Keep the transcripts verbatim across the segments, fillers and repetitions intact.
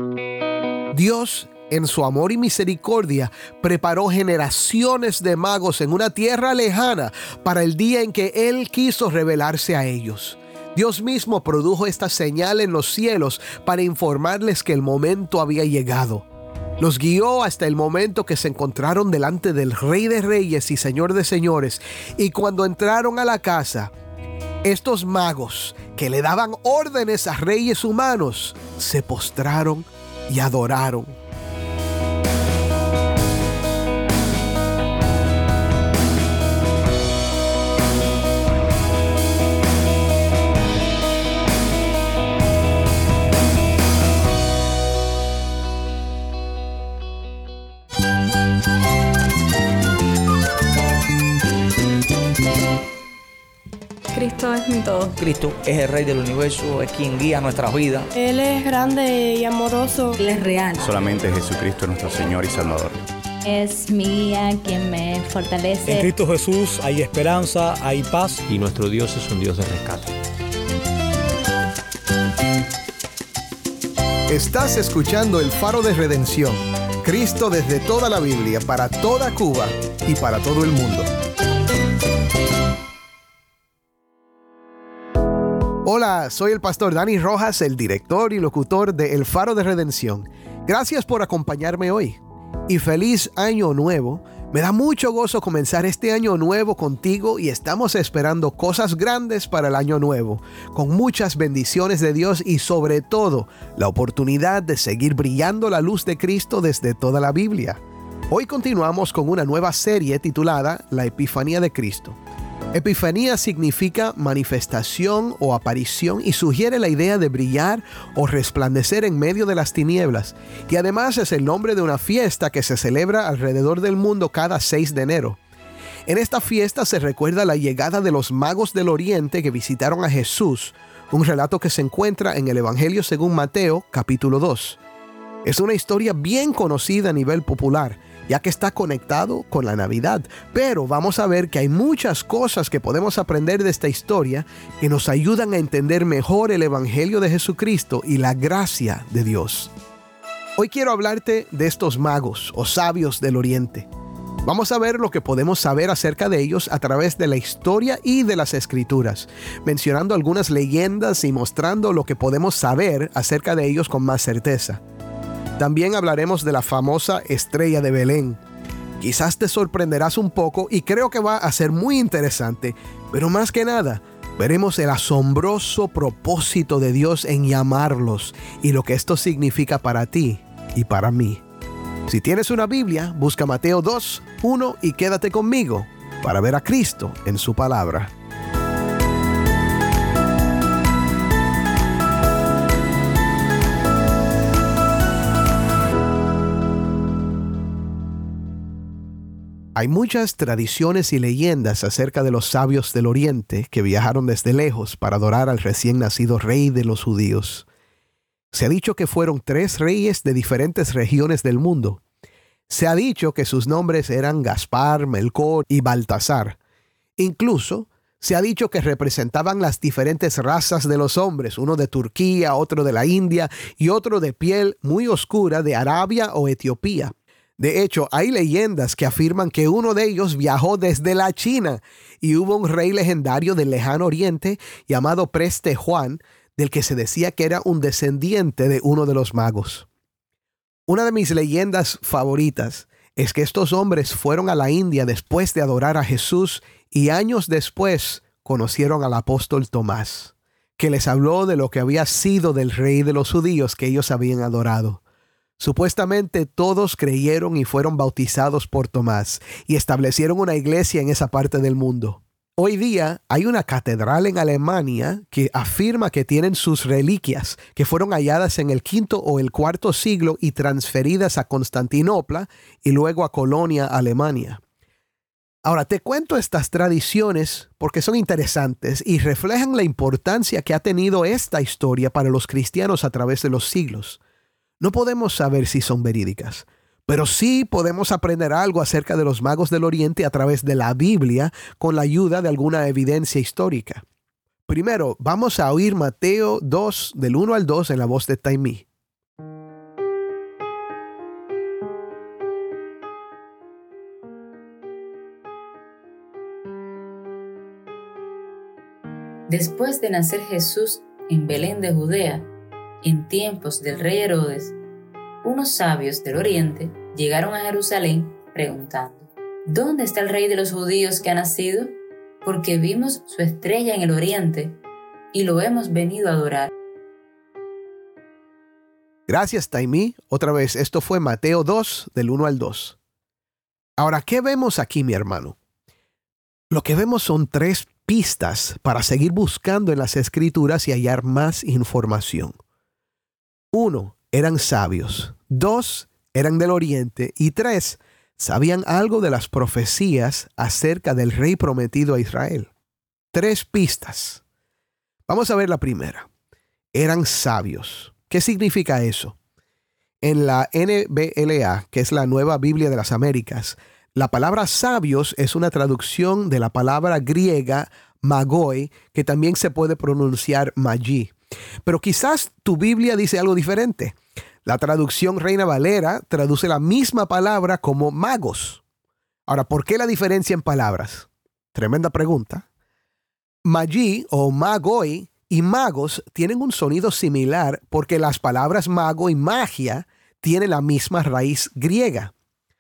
Dios, en su amor y misericordia, preparó generaciones de magos en una tierra lejana para el día en que Él quiso revelarse a ellos. Dios mismo produjo esta señal en los cielos para informarles que el momento había llegado. Los guió hasta el momento que se encontraron delante del Rey de Reyes y Señor de Señores, y cuando entraron a la casa, estos magos que le daban órdenes a reyes humanos se postraron y adoraron. Cristo es mi todo. Cristo es el Rey del universo, es quien guía nuestras vidas. Él es grande y amoroso. Él es real. Solamente Jesucristo es nuestro Señor y Salvador. Es mi guía quien me fortalece. En Cristo Jesús hay esperanza, hay paz. Y nuestro Dios es un Dios de rescate. Estás escuchando El Faro de Redención. Cristo desde toda la Biblia, para toda Cuba y para todo el mundo. Hola, soy el pastor Dani Rojas, el director y locutor de El Faro de Redención. Gracias por acompañarme hoy. Y feliz año nuevo. Me da mucho gozo comenzar este año nuevo contigo y estamos esperando cosas grandes para el año nuevo, con muchas bendiciones de Dios y sobre todo la oportunidad de seguir brillando la luz de Cristo desde toda la Biblia. Hoy continuamos con una nueva serie titulada La Epifanía de Cristo. Epifanía significa manifestación o aparición y sugiere la idea de brillar o resplandecer en medio de las tinieblas. Y además es el nombre de una fiesta que se celebra alrededor del mundo cada seis de enero. En esta fiesta se recuerda la llegada de los magos del Oriente que visitaron a Jesús, un relato que se encuentra en el Evangelio según Mateo, capítulo dos. Es una historia bien conocida a nivel popular, ya que está conectado con la Navidad. Pero vamos a ver que hay muchas cosas que podemos aprender de esta historia que nos ayudan a entender mejor el Evangelio de Jesucristo y la gracia de Dios. Hoy quiero hablarte de estos magos o sabios del Oriente. Vamos a ver lo que podemos saber acerca de ellos a través de la historia y de las Escrituras, mencionando algunas leyendas y mostrando lo que podemos saber acerca de ellos con más certeza. También hablaremos de la famosa estrella de Belén. Quizás te sorprenderás un poco y creo que va a ser muy interesante, pero más que nada, veremos el asombroso propósito de Dios en llamarlos y lo que esto significa para ti y para mí. Si tienes una Biblia, busca Mateo dos, uno y quédate conmigo para ver a Cristo en su palabra. Hay muchas tradiciones y leyendas acerca de los sabios del Oriente que viajaron desde lejos para adorar al recién nacido rey de los judíos. Se ha dicho que fueron tres reyes de diferentes regiones del mundo. Se ha dicho que sus nombres eran Gaspar, Melcor y Baltasar. Incluso se ha dicho que representaban las diferentes razas de los hombres, uno de Turquía, otro de la India y otro de piel muy oscura de Arabia o Etiopía. De hecho, hay leyendas que afirman que uno de ellos viajó desde la China y hubo un rey legendario del lejano oriente llamado Preste Juan, del que se decía que era un descendiente de uno de los magos. Una de mis leyendas favoritas es que estos hombres fueron a la India después de adorar a Jesús y años después conocieron al apóstol Tomás, que les habló de lo que había sido del rey de los judíos que ellos habían adorado. Supuestamente todos creyeron y fueron bautizados por Tomás y establecieron una iglesia en esa parte del mundo. Hoy día hay una catedral en Alemania que afirma que tienen sus reliquias que fueron halladas en el quinto o el cuarto siglo y transferidas a Constantinopla y luego a Colonia, Alemania. Ahora te cuento estas tradiciones porque son interesantes y reflejan la importancia que ha tenido esta historia para los cristianos a través de los siglos. No podemos saber si son verídicas, pero sí podemos aprender algo acerca de los magos del Oriente a través de la Biblia con la ayuda de alguna evidencia histórica. Primero, vamos a oír Mateo dos, del uno al dos en la voz de Taimí. Después de nacer Jesús en Belén de Judea, en tiempos del rey Herodes, unos sabios del oriente llegaron a Jerusalén preguntando: ¿Dónde está el rey de los judíos que ha nacido? Porque vimos su estrella en el oriente y lo hemos venido a adorar. Gracias, Taimí. Otra vez, esto fue Mateo dos, del uno al dos. Ahora, ¿qué vemos aquí, mi hermano? Lo que vemos son tres pistas para seguir buscando en las Escrituras y hallar más información. Uno, eran sabios. Dos, eran del oriente. Y tres, sabían algo de las profecías acerca del rey prometido a Israel. Tres pistas. Vamos a ver la primera. Eran sabios. ¿Qué significa eso? En la N B L A, que es la Nueva Biblia de las Américas, la palabra sabios es una traducción de la palabra griega magoi, que también se puede pronunciar magi. Pero quizás tu Biblia dice algo diferente. La traducción Reina Valera traduce la misma palabra como magos. Ahora, ¿por qué la diferencia en palabras? Tremenda pregunta. Magi o magoi y magos tienen un sonido similar porque las palabras mago y magia tienen la misma raíz griega.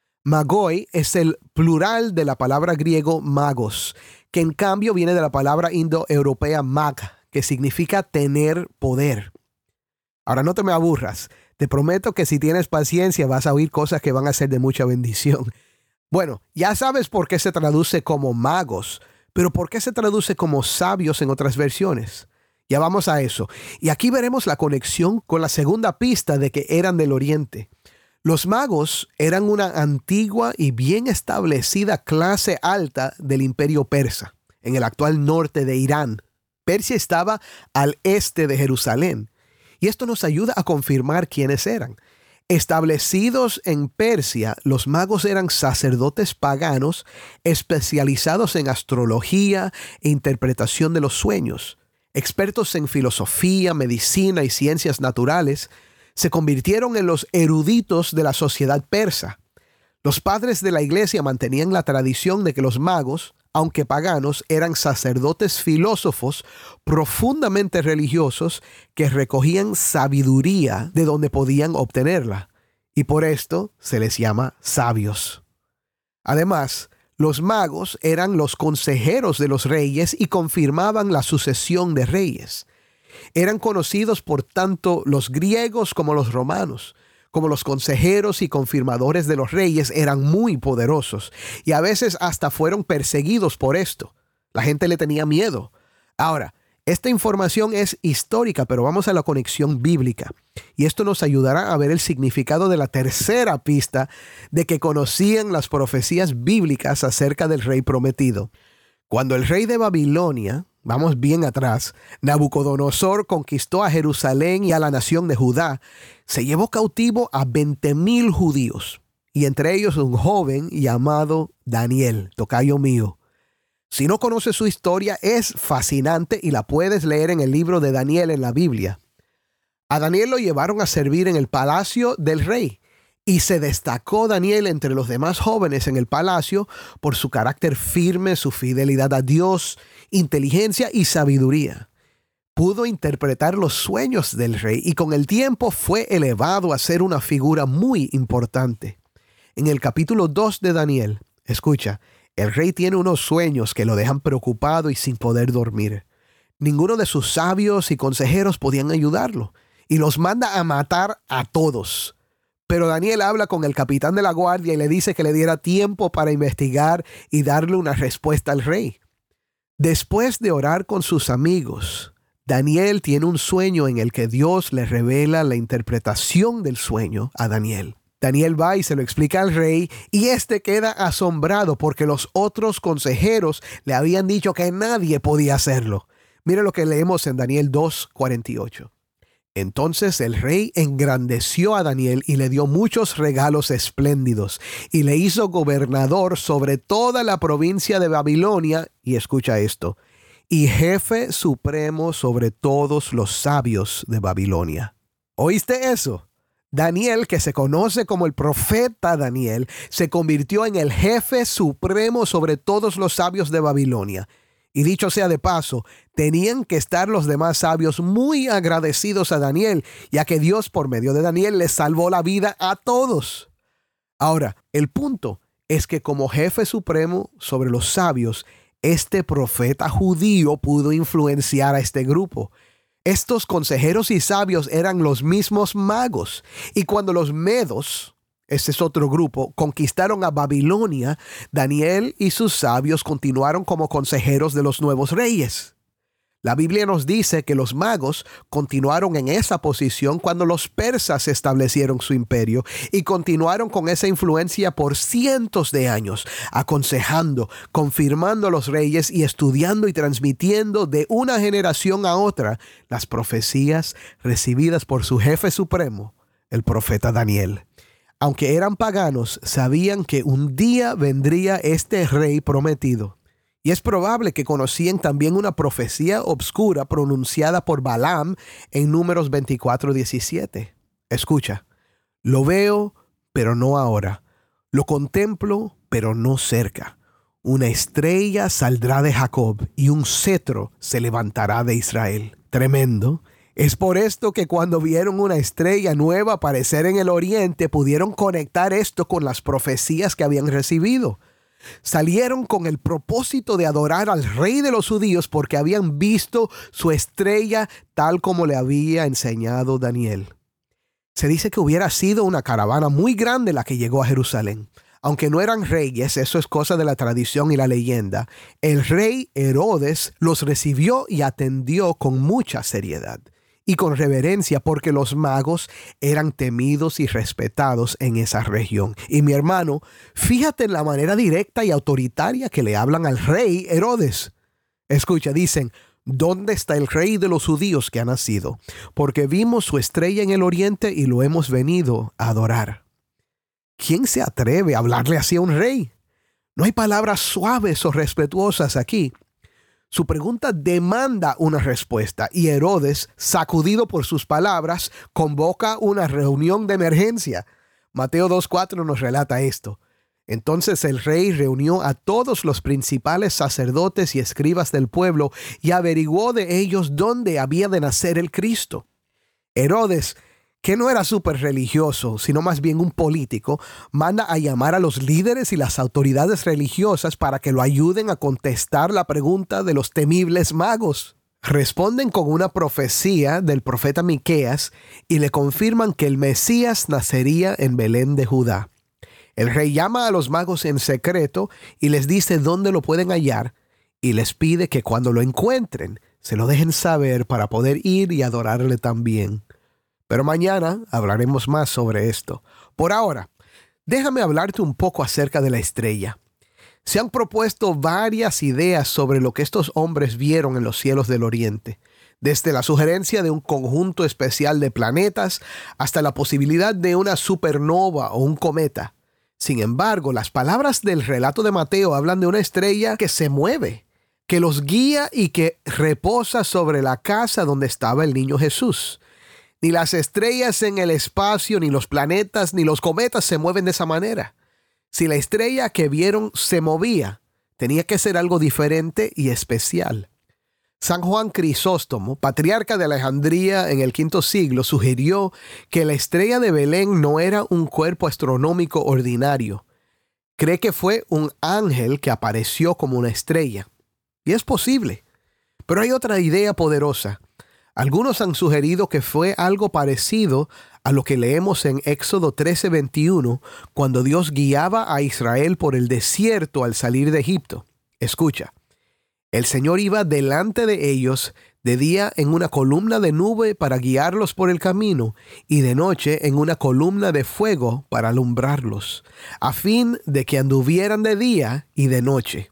Magoi es el plural de la palabra griego magos, que en cambio viene de la palabra indoeuropea mag, que significa tener poder. Ahora no te me aburras. Te prometo que si tienes paciencia vas a oír cosas que van a ser de mucha bendición. Bueno, ya sabes por qué se traduce como magos, pero ¿por qué se traduce como sabios en otras versiones? Ya vamos a eso. Y aquí veremos la conexión con la segunda pista de que eran del oriente. Los magos eran una antigua y bien establecida clase alta del imperio persa, en el actual norte de Irán. Persia estaba al este de Jerusalén. Y esto nos ayuda a confirmar quiénes eran. Establecidos en Persia, los magos eran sacerdotes paganos especializados en astrología e interpretación de los sueños. Expertos en filosofía, medicina y ciencias naturales, se convirtieron en los eruditos de la sociedad persa. Los padres de la iglesia mantenían la tradición de que los magos, aunque paganos, eran sacerdotes filósofos profundamente religiosos que recogían sabiduría de donde podían obtenerla, y por esto se les llama sabios. Además, los magos eran los consejeros de los reyes y confirmaban la sucesión de reyes. Eran conocidos por tanto los griegos como los romanos. Como los consejeros y confirmadores de los reyes eran muy poderosos y a veces hasta fueron perseguidos por esto. La gente le tenía miedo. Ahora, esta información es histórica, pero vamos a la conexión bíblica. Y esto nos ayudará a ver el significado de la tercera pista de que conocían las profecías bíblicas acerca del rey prometido. Cuando el rey de Babilonia, vamos bien atrás, Nabucodonosor conquistó a Jerusalén y a la nación de Judá, se llevó cautivo a veinte mil judíos, y entre ellos un joven llamado Daniel, tocayo mío. Si no conoces su historia, es fascinante y la puedes leer en el libro de Daniel en la Biblia. A Daniel lo llevaron a servir en el palacio del rey, y se destacó Daniel entre los demás jóvenes en el palacio por su carácter firme, su fidelidad a Dios, inteligencia y sabiduría. Pudo interpretar los sueños del rey y con el tiempo fue elevado a ser una figura muy importante. En el capítulo dos de Daniel, escucha, el rey tiene unos sueños que lo dejan preocupado y sin poder dormir. Ninguno de sus sabios y consejeros podían ayudarlo y los manda a matar a todos. Pero Daniel habla con el capitán de la guardia y le dice que le diera tiempo para investigar y darle una respuesta al rey. Después de orar con sus amigos, Daniel tiene un sueño en el que Dios le revela la interpretación del sueño a Daniel. Daniel va y se lo explica al rey y éste queda asombrado porque los otros consejeros le habían dicho que nadie podía hacerlo. Mira lo que leemos en Daniel dos, cuarenta y ocho. Entonces el rey engrandeció a Daniel y le dio muchos regalos espléndidos y le hizo gobernador sobre toda la provincia de Babilonia, y escucha esto, y jefe supremo sobre todos los sabios de Babilonia. ¿Oíste eso? Daniel, que se conoce como el profeta Daniel, se convirtió en el jefe supremo sobre todos los sabios de Babilonia. Y dicho sea de paso, tenían que estar los demás sabios muy agradecidos a Daniel, ya que Dios por medio de Daniel les salvó la vida a todos. Ahora, el punto es que como jefe supremo sobre los sabios, este profeta judío pudo influenciar a este grupo. Estos consejeros y sabios eran los mismos magos. Y cuando los medos, este es otro grupo, conquistaron a Babilonia, Daniel y sus sabios continuaron como consejeros de los nuevos reyes. La Biblia nos dice que los magos continuaron en esa posición cuando los persas establecieron su imperio y continuaron con esa influencia por cientos de años, aconsejando, confirmando a los reyes y estudiando y transmitiendo de una generación a otra las profecías recibidas por su jefe supremo, el profeta Daniel. Aunque eran paganos, sabían que un día vendría este rey prometido. Y es probable que conocían también una profecía obscura pronunciada por Balaam en Números veinticuatro diecisiete. Escucha, lo veo, pero no ahora. Lo contemplo, pero no cerca. Una estrella saldrá de Jacob y un cetro se levantará de Israel. Tremendo. Es por esto que cuando vieron una estrella nueva aparecer en el oriente, pudieron conectar esto con las profecías que habían recibido. Salieron con el propósito de adorar al rey de los judíos porque habían visto su estrella tal como le había enseñado Daniel. Se dice que hubiera sido una caravana muy grande la que llegó a Jerusalén. Aunque no eran reyes, eso es cosa de la tradición y la leyenda, el rey Herodes los recibió y atendió con mucha seriedad y con reverencia porque los magos eran temidos y respetados en esa región. Y mi hermano, fíjate en la manera directa y autoritaria que le hablan al rey Herodes. Escucha, dicen, ¿dónde está el rey de los judíos que ha nacido? Porque vimos su estrella en el oriente y lo hemos venido a adorar. ¿Quién se atreve a hablarle así a un rey? No hay palabras suaves o respetuosas aquí. Su pregunta demanda una respuesta y Herodes, sacudido por sus palabras, convoca una reunión de emergencia. Mateo dos cuatro nos relata esto. Entonces el rey reunió a todos los principales sacerdotes y escribas del pueblo y averiguó de ellos dónde había de nacer el Cristo. Herodes, que no era súper religioso, sino más bien un político, manda a llamar a los líderes y las autoridades religiosas para que lo ayuden a contestar la pregunta de los temibles magos. Responden con una profecía del profeta Miqueas y le confirman que el Mesías nacería en Belén de Judá. El rey llama a los magos en secreto y les dice dónde lo pueden hallar y les pide que cuando lo encuentren se lo dejen saber para poder ir y adorarle también. Pero mañana hablaremos más sobre esto. Por ahora, déjame hablarte un poco acerca de la estrella. Se han propuesto varias ideas sobre lo que estos hombres vieron en los cielos del oriente, desde la sugerencia de un conjunto especial de planetas hasta la posibilidad de una supernova o un cometa. Sin embargo, las palabras del relato de Mateo hablan de una estrella que se mueve, que los guía y que reposa sobre la casa donde estaba el niño Jesús. Ni las estrellas en el espacio, ni los planetas, ni los cometas se mueven de esa manera. Si la estrella que vieron se movía, tenía que ser algo diferente y especial. San Juan Crisóstomo, patriarca de Alejandría en el quinto siglo, sugirió que la estrella de Belén no era un cuerpo astronómico ordinario. Cree que fue un ángel que apareció como una estrella. Y es posible. Pero hay otra idea poderosa. Algunos han sugerido que fue algo parecido a lo que leemos en Éxodo trece veintiuno, cuando Dios guiaba a Israel por el desierto al salir de Egipto. Escucha, el Señor iba delante de ellos de día en una columna de nube para guiarlos por el camino y de noche en una columna de fuego para alumbrarlos, a fin de que anduvieran de día y de noche.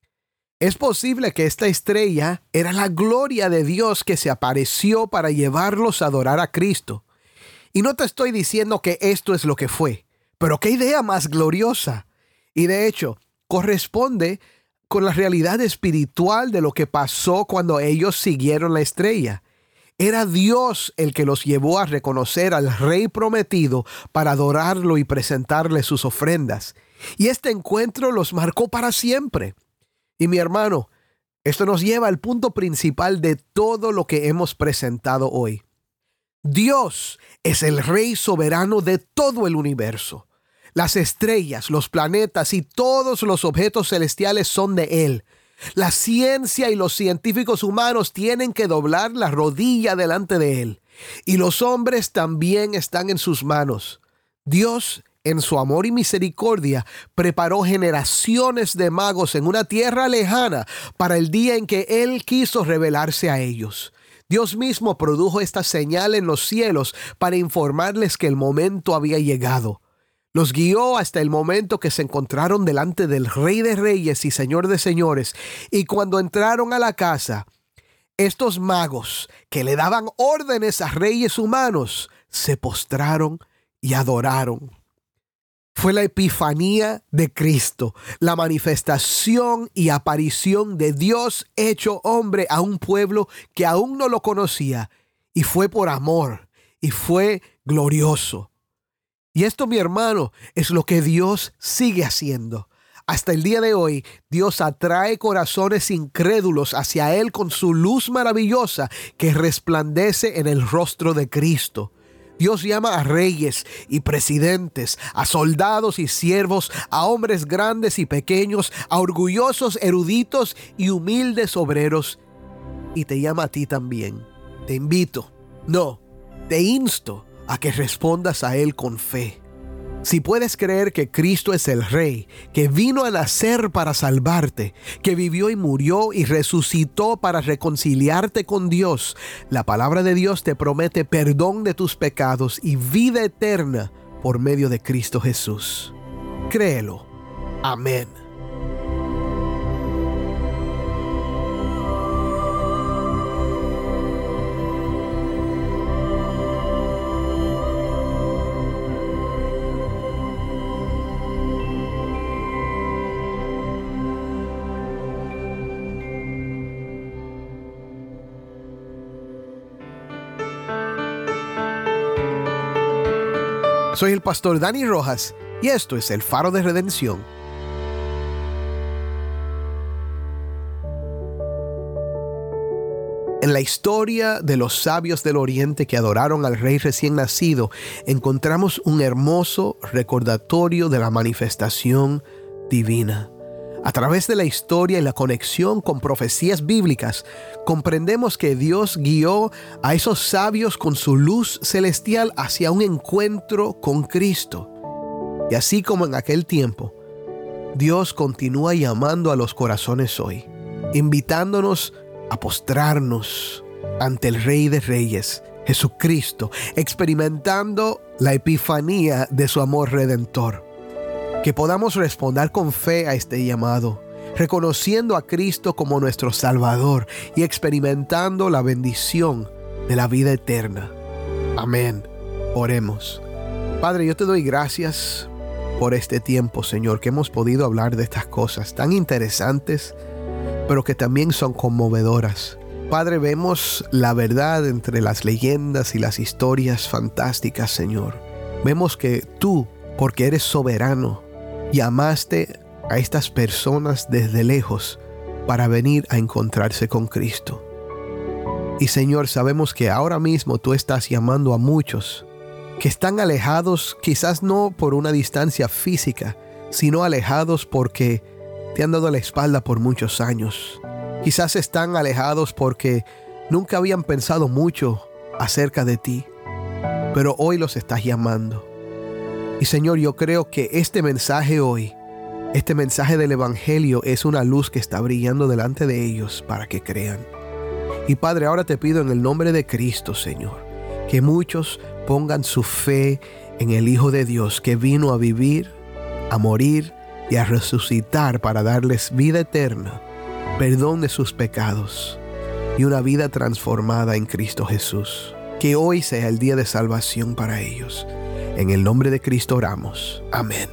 Es posible que esta estrella era la gloria de Dios que se apareció para llevarlos a adorar a Cristo. Y no te estoy diciendo que esto es lo que fue, pero qué idea más gloriosa. Y de hecho, corresponde con la realidad espiritual de lo que pasó cuando ellos siguieron la estrella. Era Dios el que los llevó a reconocer al Rey prometido para adorarlo y presentarle sus ofrendas. Y este encuentro los marcó para siempre. Y mi hermano, Esto nos lleva al punto principal de todo lo que hemos presentado hoy. Dios es el Rey soberano de todo el universo. Las estrellas, los planetas y todos los objetos celestiales son de Él. La ciencia y los científicos humanos tienen que doblar la rodilla delante de Él. Y los hombres también están en sus manos. Dios, en su amor y misericordia, preparó generaciones de magos en una tierra lejana para el día en que Él quiso revelarse a ellos. Dios mismo produjo esta señal en los cielos para informarles que el momento había llegado. Los guió hasta el momento que se encontraron delante del Rey de Reyes y Señor de Señores. Y cuando entraron a la casa, estos magos que le daban órdenes a reyes humanos se postraron y adoraron. Fue la epifanía de Cristo, la manifestación y aparición de Dios hecho hombre a un pueblo que aún no lo conocía, y fue por amor, y fue glorioso. Y esto, mi hermano, es lo que Dios sigue haciendo. Hasta el día de hoy, Dios atrae corazones incrédulos hacia Él con su luz maravillosa que resplandece en el rostro de Cristo. Dios llama a reyes y presidentes, a soldados y siervos, a hombres grandes y pequeños, a orgullosos eruditos y humildes obreros. Y te llama a ti también. Te invito, no, te insto a que respondas a Él con fe. Si puedes creer que Cristo es el Rey, que vino a nacer para salvarte, que vivió y murió y resucitó para reconciliarte con Dios, la palabra de Dios te promete perdón de tus pecados y vida eterna por medio de Cristo Jesús. Créelo. Amén. Soy el pastor Dani Rojas y esto es el Faro de Redención. En la historia de los sabios del Oriente que adoraron al Rey recién nacido, encontramos un hermoso recordatorio de la manifestación divina. A través de la historia y la conexión con profecías bíblicas, comprendemos que Dios guió a esos sabios con su luz celestial hacia un encuentro con Cristo. Y así como en aquel tiempo, Dios continúa llamando a los corazones hoy, invitándonos a postrarnos ante el Rey de Reyes, Jesucristo, experimentando la epifanía de su amor redentor. Que podamos responder con fe a este llamado, reconociendo a Cristo como nuestro Salvador y experimentando la bendición de la vida eterna. Amén. Oremos. Padre, yo te doy gracias por este tiempo, Señor, que hemos podido hablar de estas cosas tan interesantes, pero que también son conmovedoras. Padre, vemos la verdad entre las leyendas y las historias fantásticas, Señor. Vemos que tú, porque eres soberano, llamaste a estas personas desde lejos para venir a encontrarse con Cristo. Y Señor, sabemos que ahora mismo tú estás llamando a muchos que están alejados, quizás no por una distancia física, sino alejados porque te han dado la espalda por muchos años. Quizás están alejados porque nunca habían pensado mucho acerca de ti, pero hoy los estás llamando. Y Señor, yo creo que este mensaje hoy, este mensaje del Evangelio es una luz que está brillando delante de ellos para que crean. Y Padre, ahora te pido en el nombre de Cristo, Señor, que muchos pongan su fe en el Hijo de Dios que vino a vivir, a morir y a resucitar para darles vida eterna, perdón de sus pecados y una vida transformada en Cristo Jesús. Que hoy sea el día de salvación para ellos. En el nombre de Cristo oramos. Amén.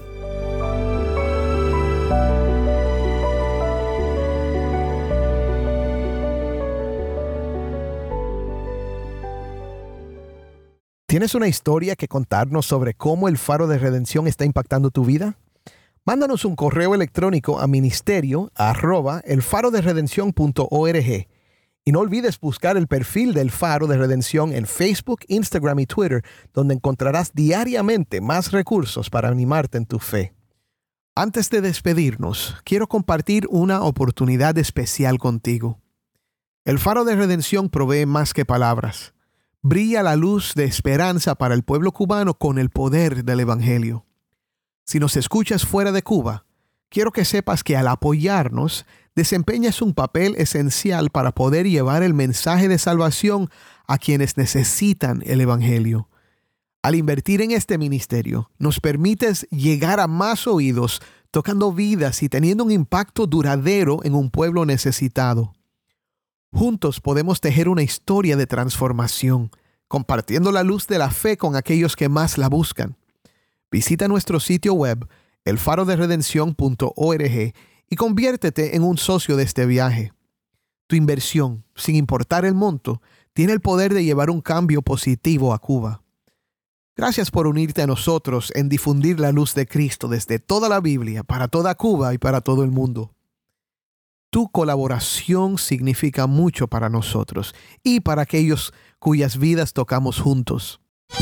¿Tienes una historia que contarnos sobre cómo el Faro de Redención está impactando tu vida? Mándanos un correo electrónico a ministerio arroba el faro de redención punto org. Y no olvides buscar el perfil del Faro de Redención en Facebook, Instagram y Twitter, donde encontrarás diariamente más recursos para animarte en tu fe. Antes de despedirnos, quiero compartir una oportunidad especial contigo. El Faro de Redención provee más que palabras. Brilla la luz de esperanza para el pueblo cubano con el poder del Evangelio. Si nos escuchas fuera de Cuba, quiero que sepas que al apoyarnos, desempeñas un papel esencial para poder llevar el mensaje de salvación a quienes necesitan el Evangelio. Al invertir en este ministerio, nos permites llegar a más oídos, tocando vidas y teniendo un impacto duradero en un pueblo necesitado. Juntos podemos tejer una historia de transformación, compartiendo la luz de la fe con aquellos que más la buscan. Visita nuestro sitio web, el faro de redención punto org, y conviértete en un socio de este viaje. Tu inversión, sin importar el monto, tiene el poder de llevar un cambio positivo a Cuba. Gracias por unirte a nosotros en difundir la luz de Cristo desde toda la Biblia, para toda Cuba y para todo el mundo. Tu colaboración significa mucho para nosotros y para aquellos cuyas vidas tocamos juntos.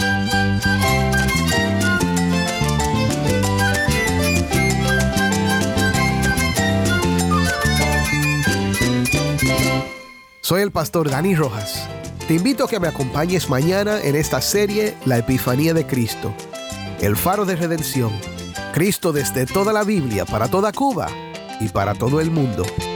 Soy el pastor Dani Rojas. Te invito a que me acompañes mañana en esta serie La Epifanía de Cristo, el Faro de Redención. Cristo desde toda la Biblia, para toda Cuba y para todo el mundo.